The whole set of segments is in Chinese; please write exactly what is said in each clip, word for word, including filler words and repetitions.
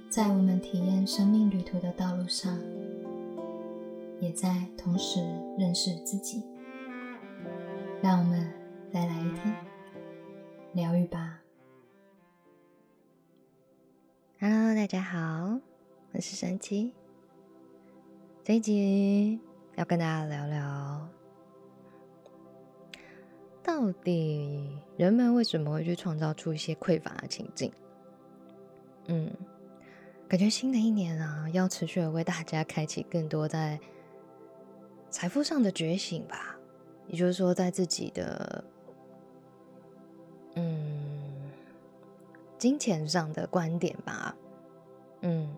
在我们体验生命旅途的道路上，也在同时认识自己。让我们再来一天疗愈吧。 Hello， 大家好，我是神奇。这一集要跟大家聊聊，到底人们为什么会去创造出一些匮乏的情境。嗯，感觉新的一年啊，要持续的为大家开启更多在财富上的觉醒吧。也就是说，在自己的嗯金钱上的观点吧。嗯，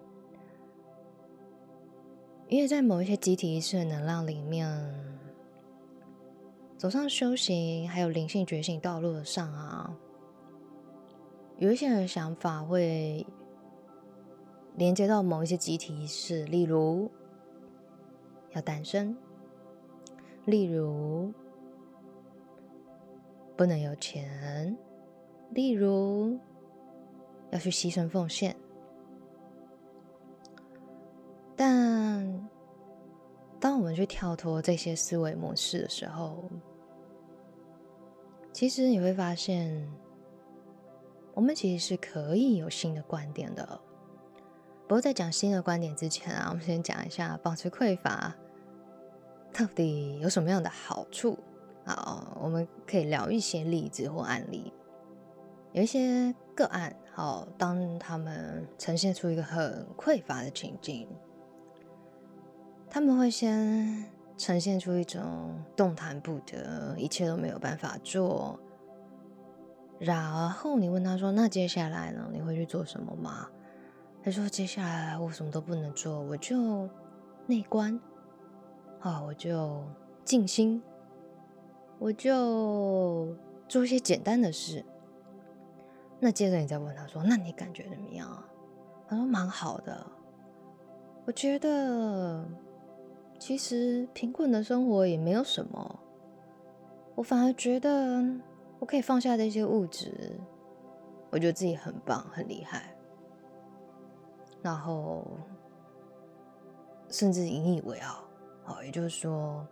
因为在某一些集体意识的能量里面，走上修行还有灵性觉醒道路上啊，有一些人的想法会连接到某一些集体意识，例如要诞生，例如不能有钱，例如要去牺牲奉献。但当我们去跳脱这些思维模式的时候，其实你会发现我们其实是可以有新的观点的。不过在讲新的观点之前啊，我们先讲一下保持匮乏到底有什么样的好处。好，我们可以聊一些例子或案例。有一些个案，好，当他们呈现出一个很匮乏的情境，他们会先呈现出一种动弹不得，一切都没有办法做。然后你问他说，那接下来呢，你会去做什么吗？他说，接下来我什么都不能做，我就内观，好，我就静心，我就做一些简单的事。那接着你再问他说，那你感觉怎么样啊？他说蛮好的，我觉得其实贫困的生活也没有什么，我反而觉得我可以放下这些物质，我觉得自己很棒很厉害。然后甚至引以为傲，好，也就是说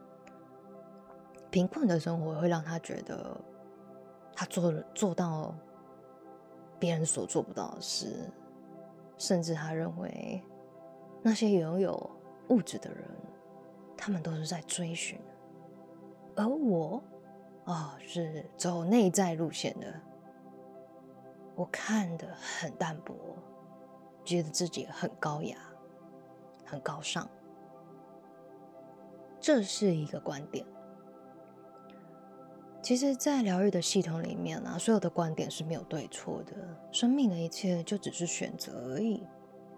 贫困的生活会让他觉得他做了做到别人所做不到的事，甚至他认为那些拥有物质的人，他们都是在追寻，而我哦是走内在路线的，我看得很淡薄，觉得自己很高雅很高尚。这是一个观点。其实在疗愈的系统里面啊，所有的观点是没有对错的，生命的一切就只是选择而已。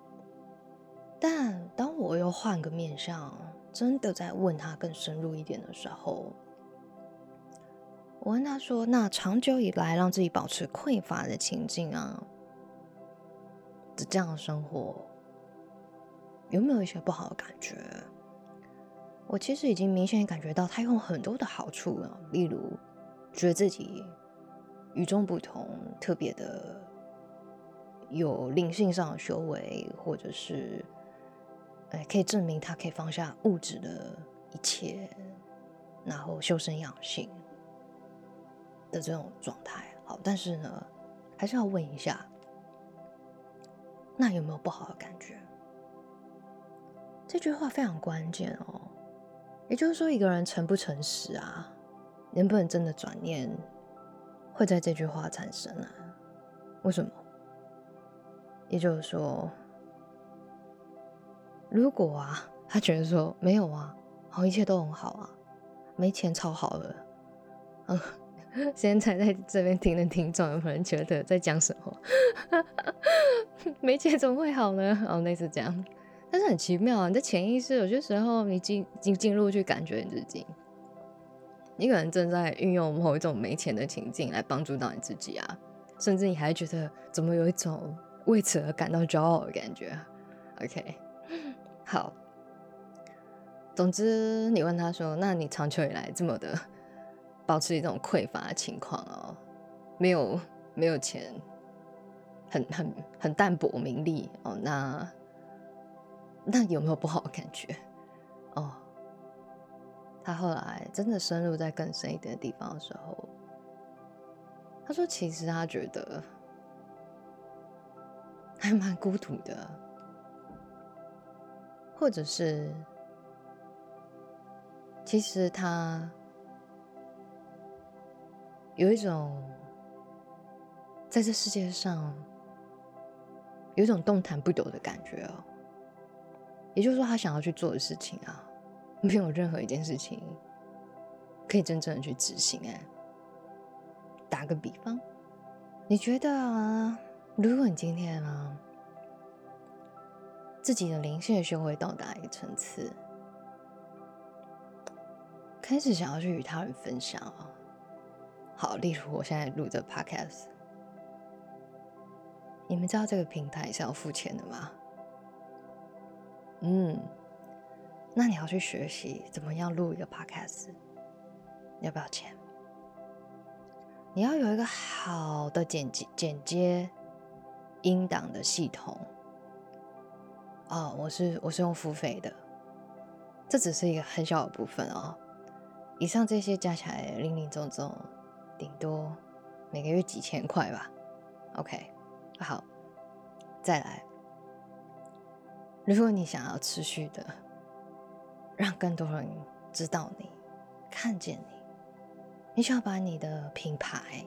但当我又换个面向，真的在问他更深入一点的时候，我问他说，那长久以来让自己保持匮乏的情境啊的这样的生活，有没有一些不好的感觉？我其实已经明显感觉到它有很多的好处了，例如觉得自己与众不同，特别的有灵性上的修为，或者是、呃、可以证明他可以放下物质的一切，然后修身养性的这种状态。好，但是呢还是要问一下，那有没有不好的感觉？这句话非常关键哦。也就是说，一个人诚不诚实啊，能不能真的转念，会在这句话产生啊。为什么？也就是说，如果啊他觉得说没有啊，好，一切都很好啊，没钱超好了，嗯，现在在这边听的听众有可能觉得在讲什么？没钱怎么会好呢？哦，类似这样。但是很奇妙啊，你的潜意识有些时候你进进进入去感觉你自己，你可能正在运用某一种没钱的情境来帮助到你自己啊，甚至你还觉得怎么有一种为此而感到骄傲的感觉。 OK， 好，总之你问他说，那你长久以来这么的保持一种匮乏的情况哦，没有没有钱， 很很很淡泊名利哦，那那有没有不好的感觉哦？他后来真的深入在更深一点的地方的时候，他说其实他觉得还蛮孤独的，或者是其实他有一种在这世界上有一种动弹不得的感觉哦。也就是说，他想要去做的事情啊，没有任何一件事情可以真正的去执行。哎，打个比方，你觉得啊，如果你今天啊，自己的灵性的修为到达一个层次，开始想要去与他人分享啊，好，例如我现在录的 podcast， 你们知道这个平台是要付钱的吗？嗯，那你要去学习怎么样录一个 podcast， 要不要钱？你要有一个好的剪辑剪接音档的系统。哦，我是我是用付费的，这只是一个很小的部分哦。以上这些加起来零零总总，顶多每个月几千块吧。OK， 好，再来。如果你想要持续的让更多人知道你、看见你，你需要把你的品牌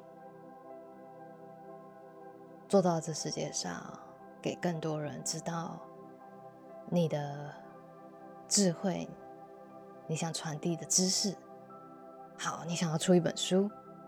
做到这世界上，给更多人知道你的智慧，你想传递的知识。好，你想要出一本书，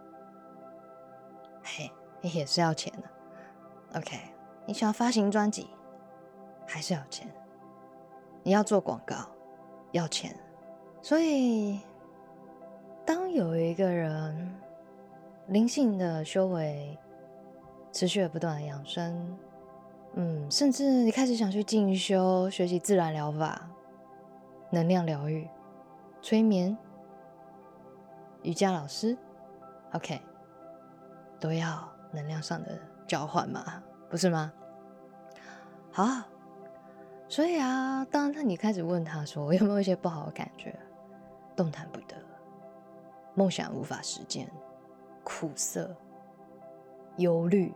嘿，也是要钱的。OK， 你想要发行专辑，还是要钱。你要做广告，要钱。所以，当有一个人灵性的修为持续的不断的养生，嗯，甚至你开始想去进修，学习自然疗法、能量疗愈、催眠、瑜伽老师 ，OK， 都要能量上的交换嘛，不是吗？好，所以啊，当你开始问他说有没有一些不好的感觉，动弹不得，梦想无法实现，苦涩、忧虑，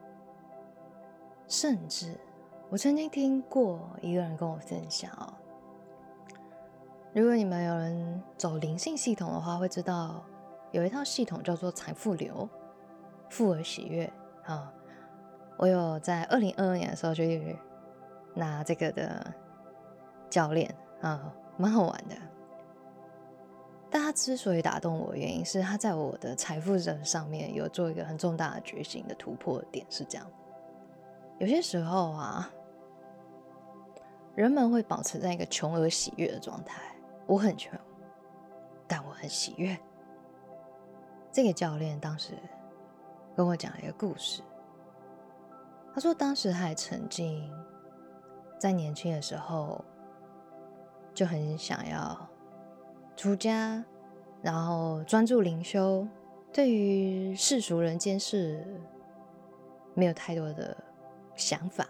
甚至我曾经听过一个人跟我分享哦，如果你们有人走灵性系统的话，会知道有一套系统叫做财富流、富而喜悦啊。我有在二零二二年的时候去拿这个的教练啊，蛮好玩的。但他之所以打动我的原因是他在我的财富的上面有做一个很重大的觉醒的突破的点是这样。有些时候啊，人们会保持在一个穷而喜悦的状态。我很穷，但我很喜悦。这个教练当时跟我讲了一个故事，他说当时他也曾经在年轻的时候就很想要出家，然后专注灵修，对于世俗人间事没有太多的想法，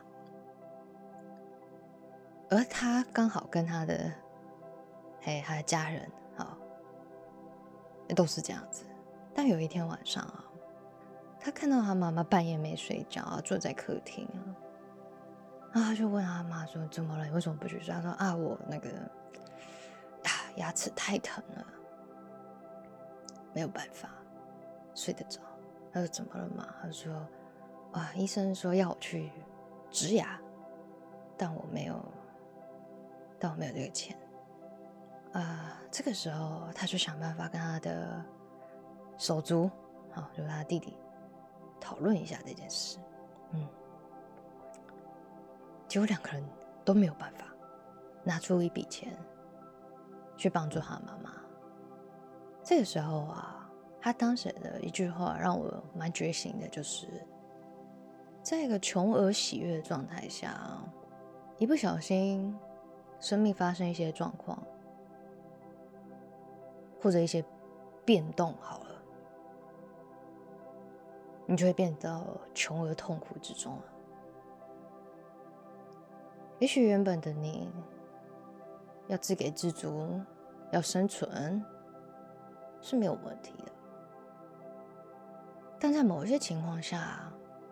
而他刚好跟他的嘿他的家人好都是这样子。但有一天晚上啊，他看到他妈妈半夜没睡觉啊，坐在客厅啊，然后他就问他妈说：“怎么了？你为什么不去睡？”他说：“啊，我那个啊牙齿太疼了，没有办法睡得着。”他说：“怎么了嘛？”他说：“啊，医生说要我去植牙，但我没有，但我没有这个钱。”啊，这个时候他就想办法跟他的手足，好，就是他的弟弟讨论一下这件事。嗯，结果两个人都没有办法拿出一笔钱去帮助他妈妈。这个时候啊，他当时的一句话让我蛮觉醒的，就是在一个穷而喜悦的状态下，一不小心生命发生一些状况，或者一些变动好了，你就会变到穷而痛苦之中了。 也许原本的你要自给自足，要生存是没有问题的，但在某一些情况下，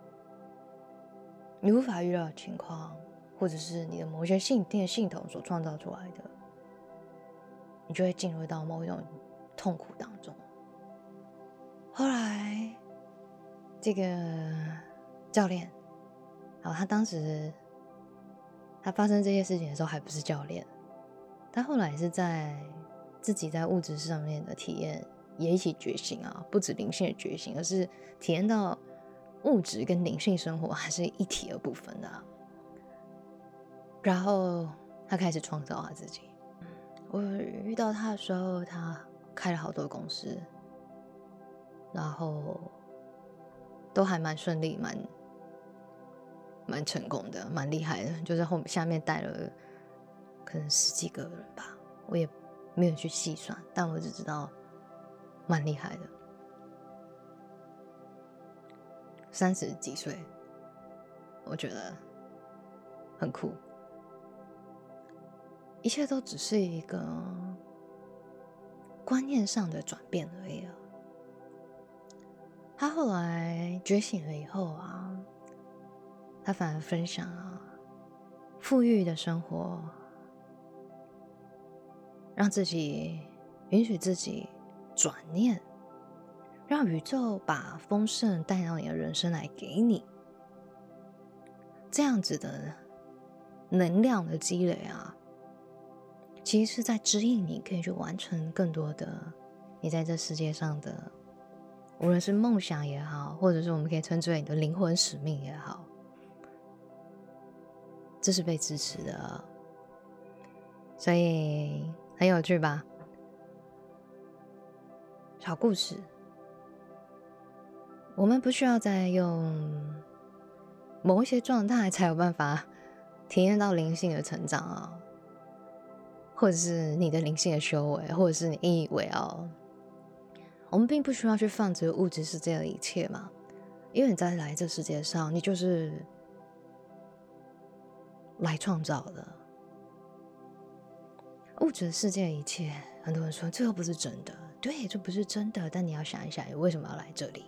你无法预料的情况，或者是你的某一些信念系统所创造出来的，你就会进入到某一种痛苦当中。后来这个教练，好，他当时他发生这些事情的时候还不是教练，他后来是在自己在物质上面的体验也一起觉醒啊，不止灵性的觉醒，而是体验到物质跟灵性生活还是一体的部分的啊。然后他开始创造他自己。我遇到他的时候，他开了好多公司，然后都还蛮顺利，蛮蛮成功的，蛮厉害的。就是后下面带了可能十几个人吧，我也没有去细算，但我只知道蛮厉害的。三十几岁，我觉得很酷。一切都只是一个观念上的转变而已啊。他后来觉醒了以后啊，他反而分享啊，富裕的生活，让自己允许自己转念，让宇宙把丰盛带到你的人生来给你，这样子的能量的积累啊，其实是在指引你可以去完成更多的你在这世界上的，无论是梦想也好，或者是我们可以称之为你的灵魂使命也好，这是被支持的。所以很有趣吧？小故事，我们不需要再用某一些状态才有办法体验到灵性的成长啊，或者是你的灵性的修为，或者是你引以为傲。我们并不需要去放置物质世界的一切嘛，因为你在来这世界上，你就是来创造的。物质世界的一切，很多人说这又不是真的，对，这不是真的，但你要想一想，你为什么要来这里？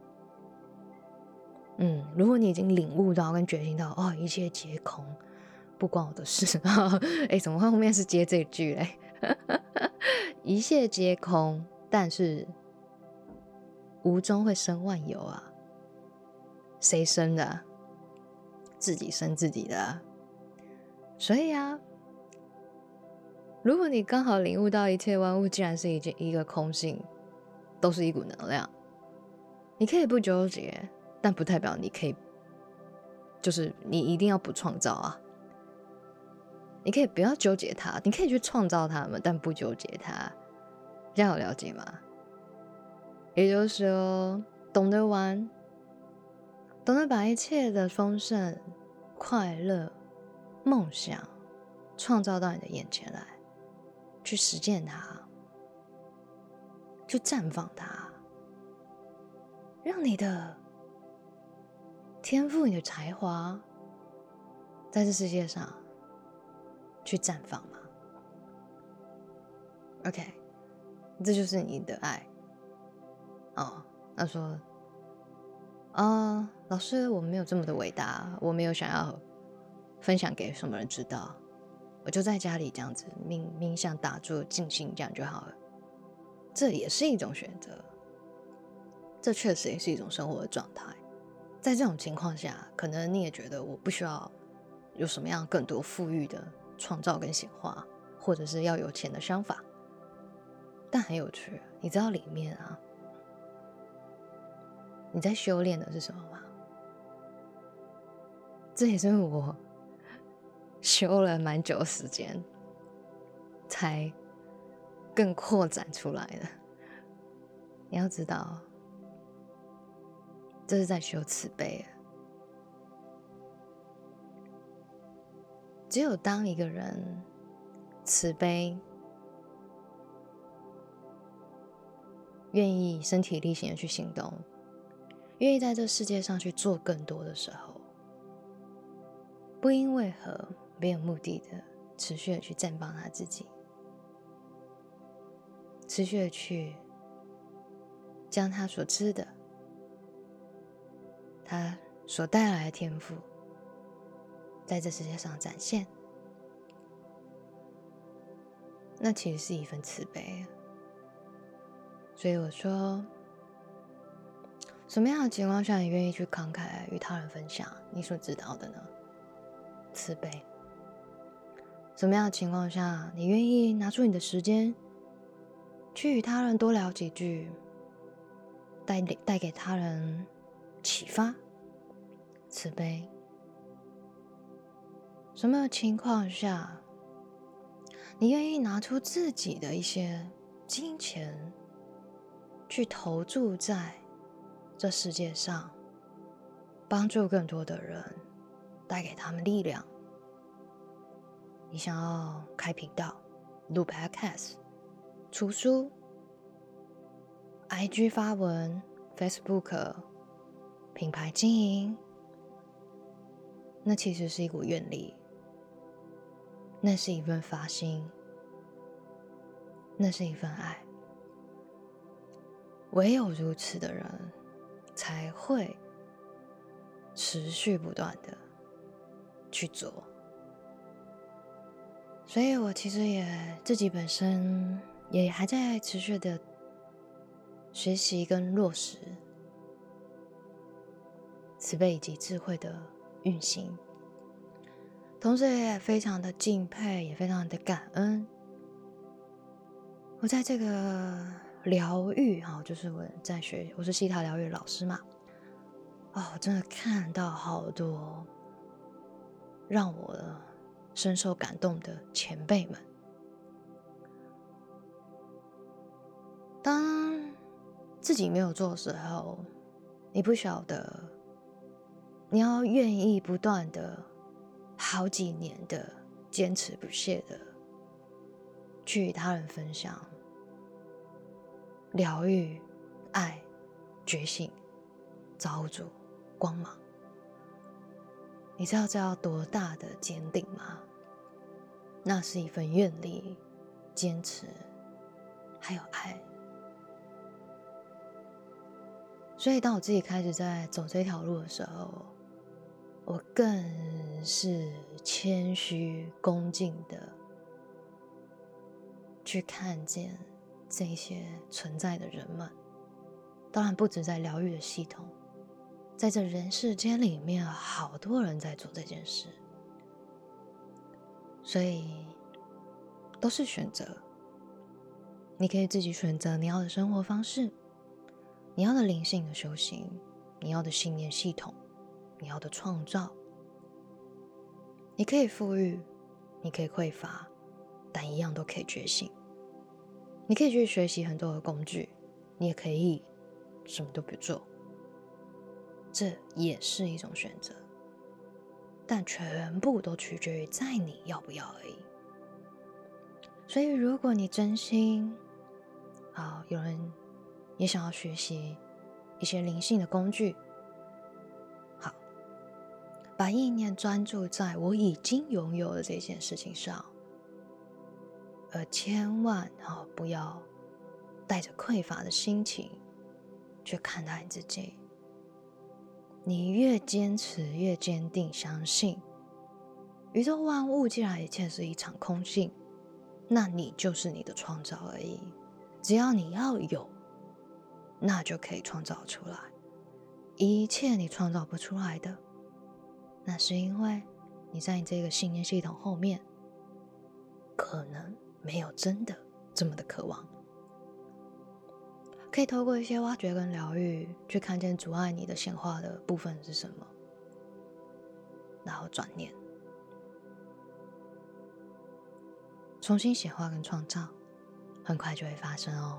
嗯，如果你已经领悟到跟觉醒到，哦，一切皆空，不关我的事。哎，怎么后面是接这句嘞？一切皆空，但是无中会生万有啊。谁生的啊？自己生自己的啊。所以啊，如果你刚好领悟到一切万物既然是一件一个空性，都是一股能量，你可以不纠结，但不代表你可以，就是你一定要不创造啊。你可以不要纠结它，你可以去创造它们，但不纠结它。这样有了解吗？也就是说，懂得玩，懂得把一切的丰盛、快乐、梦想创造到你的眼前来，去实践它，去绽放它，让你的天赋、你的才华在这世界上去绽放嘛。 OK， 这就是你的爱哦。他说啊，老师，我没有这么的伟大，我没有想要分享给什么人知道，我就在家里这样子冥冥想打坐静心，这样就好了。这也是一种选择，这确实也是一种生活的状态。在这种情况下，可能你也觉得我不需要有什么样更多富裕的创造跟显化，或者是要有钱的想法。但很有趣，你知道里面啊，你在修炼的是什么吗？这也是我修了蛮久的时间才更扩展出来的。你要知道，这是在修慈悲。只有当一个人慈悲，愿意身体力行的去行动，愿意在这世界上去做更多的时候，不因为何没有目的的持续的去绽放他自己，持续的去将他所知的，他所带来的天赋在这世界上展现，那其实是一份慈悲。所以我说，什么样的情况下你愿意去慷慨与他人分享你所知道的呢？慈悲。什么样的情况下你愿意拿出你的时间去与他人多聊几句，带带给他人启发？慈悲。什么情况下你愿意拿出自己的一些金钱去投注在这世界上，帮助更多的人，带给他们力量？你想要开频道、录 podcast、出书、I G 发文、Facebook 品牌经营，那其实是一股愿力，那是一份发心，那是一份爱。唯有如此的人才会持续不断的去做。所以我其实也自己本身也还在持续的学习跟落实慈悲以及智慧的运行，同时也非常的敬佩，也非常的感恩。我在这个疗愈，就是我在学，我是西塔疗愈老师嘛，哦，我真的看到好多让我深受感动的前辈们。当自己没有做的时候，你不晓得你要愿意不断的好几年的坚持不懈的去与他人分享疗愈、爱、觉醒、造主、光芒。你知道这要多大的坚定吗？那是一份愿力、坚持还有爱。所以当我自己开始在走这条路的时候，我更是谦虚恭敬的去看见这些存在的人们。当然不止在疗愈的系统，在这人世间里面，好多人在做这件事。所以都是选择，你可以自己选择你要的生活方式，你要的灵性的修行，你要的信念系统，你要的创造。你可以富裕，你可以匮乏，但一样都可以觉醒。你可以去学习很多的工具，你也可以什么都不做，这也是一种选择，但全部都取决于在你要不要而已。所以如果你真心好，有人也想要学习一些灵性的工具，好，把意念专注在我已经拥有的这件事情上，而千万好不要带着匮乏的心情去看待你自己。你越坚持越坚定相信宇宙万物既然一切是一场空性，那你就是你的创造而已。只要你要有，那就可以创造出来。一切你创造不出来的，那是因为你在你这个信念系统后面可能没有真的这么的渴望。可以透过一些挖掘跟疗愈去看见阻碍你的显化的部分是什么，然后转念重新显化跟创造，很快就会发生哦。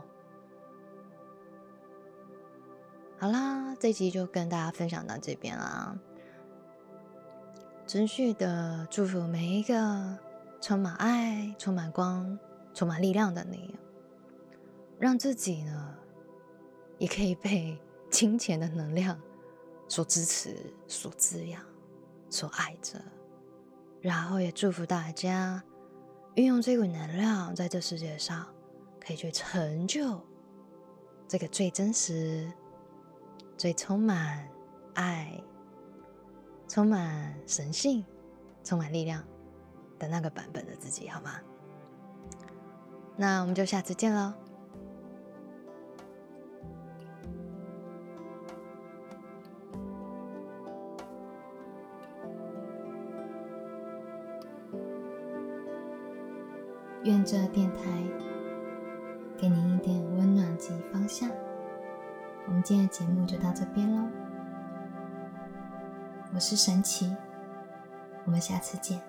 好啦，这集就跟大家分享到这边啦。持续的祝福每一个充满爱、充满光、充满力量的你，让自己呢也可以被金钱的能量所支持、所滋养、所爱着， 然后也祝福大家运用这股能量，在这世界上可以去成就这个最真实、最充满爱、充满神性、充满力量的那个版本的自己，好吗？那我们就下次见咯。 愿这电台给您一点温暖及方向。我们今天的节目就到这边咯，我是神奇，我们下次见。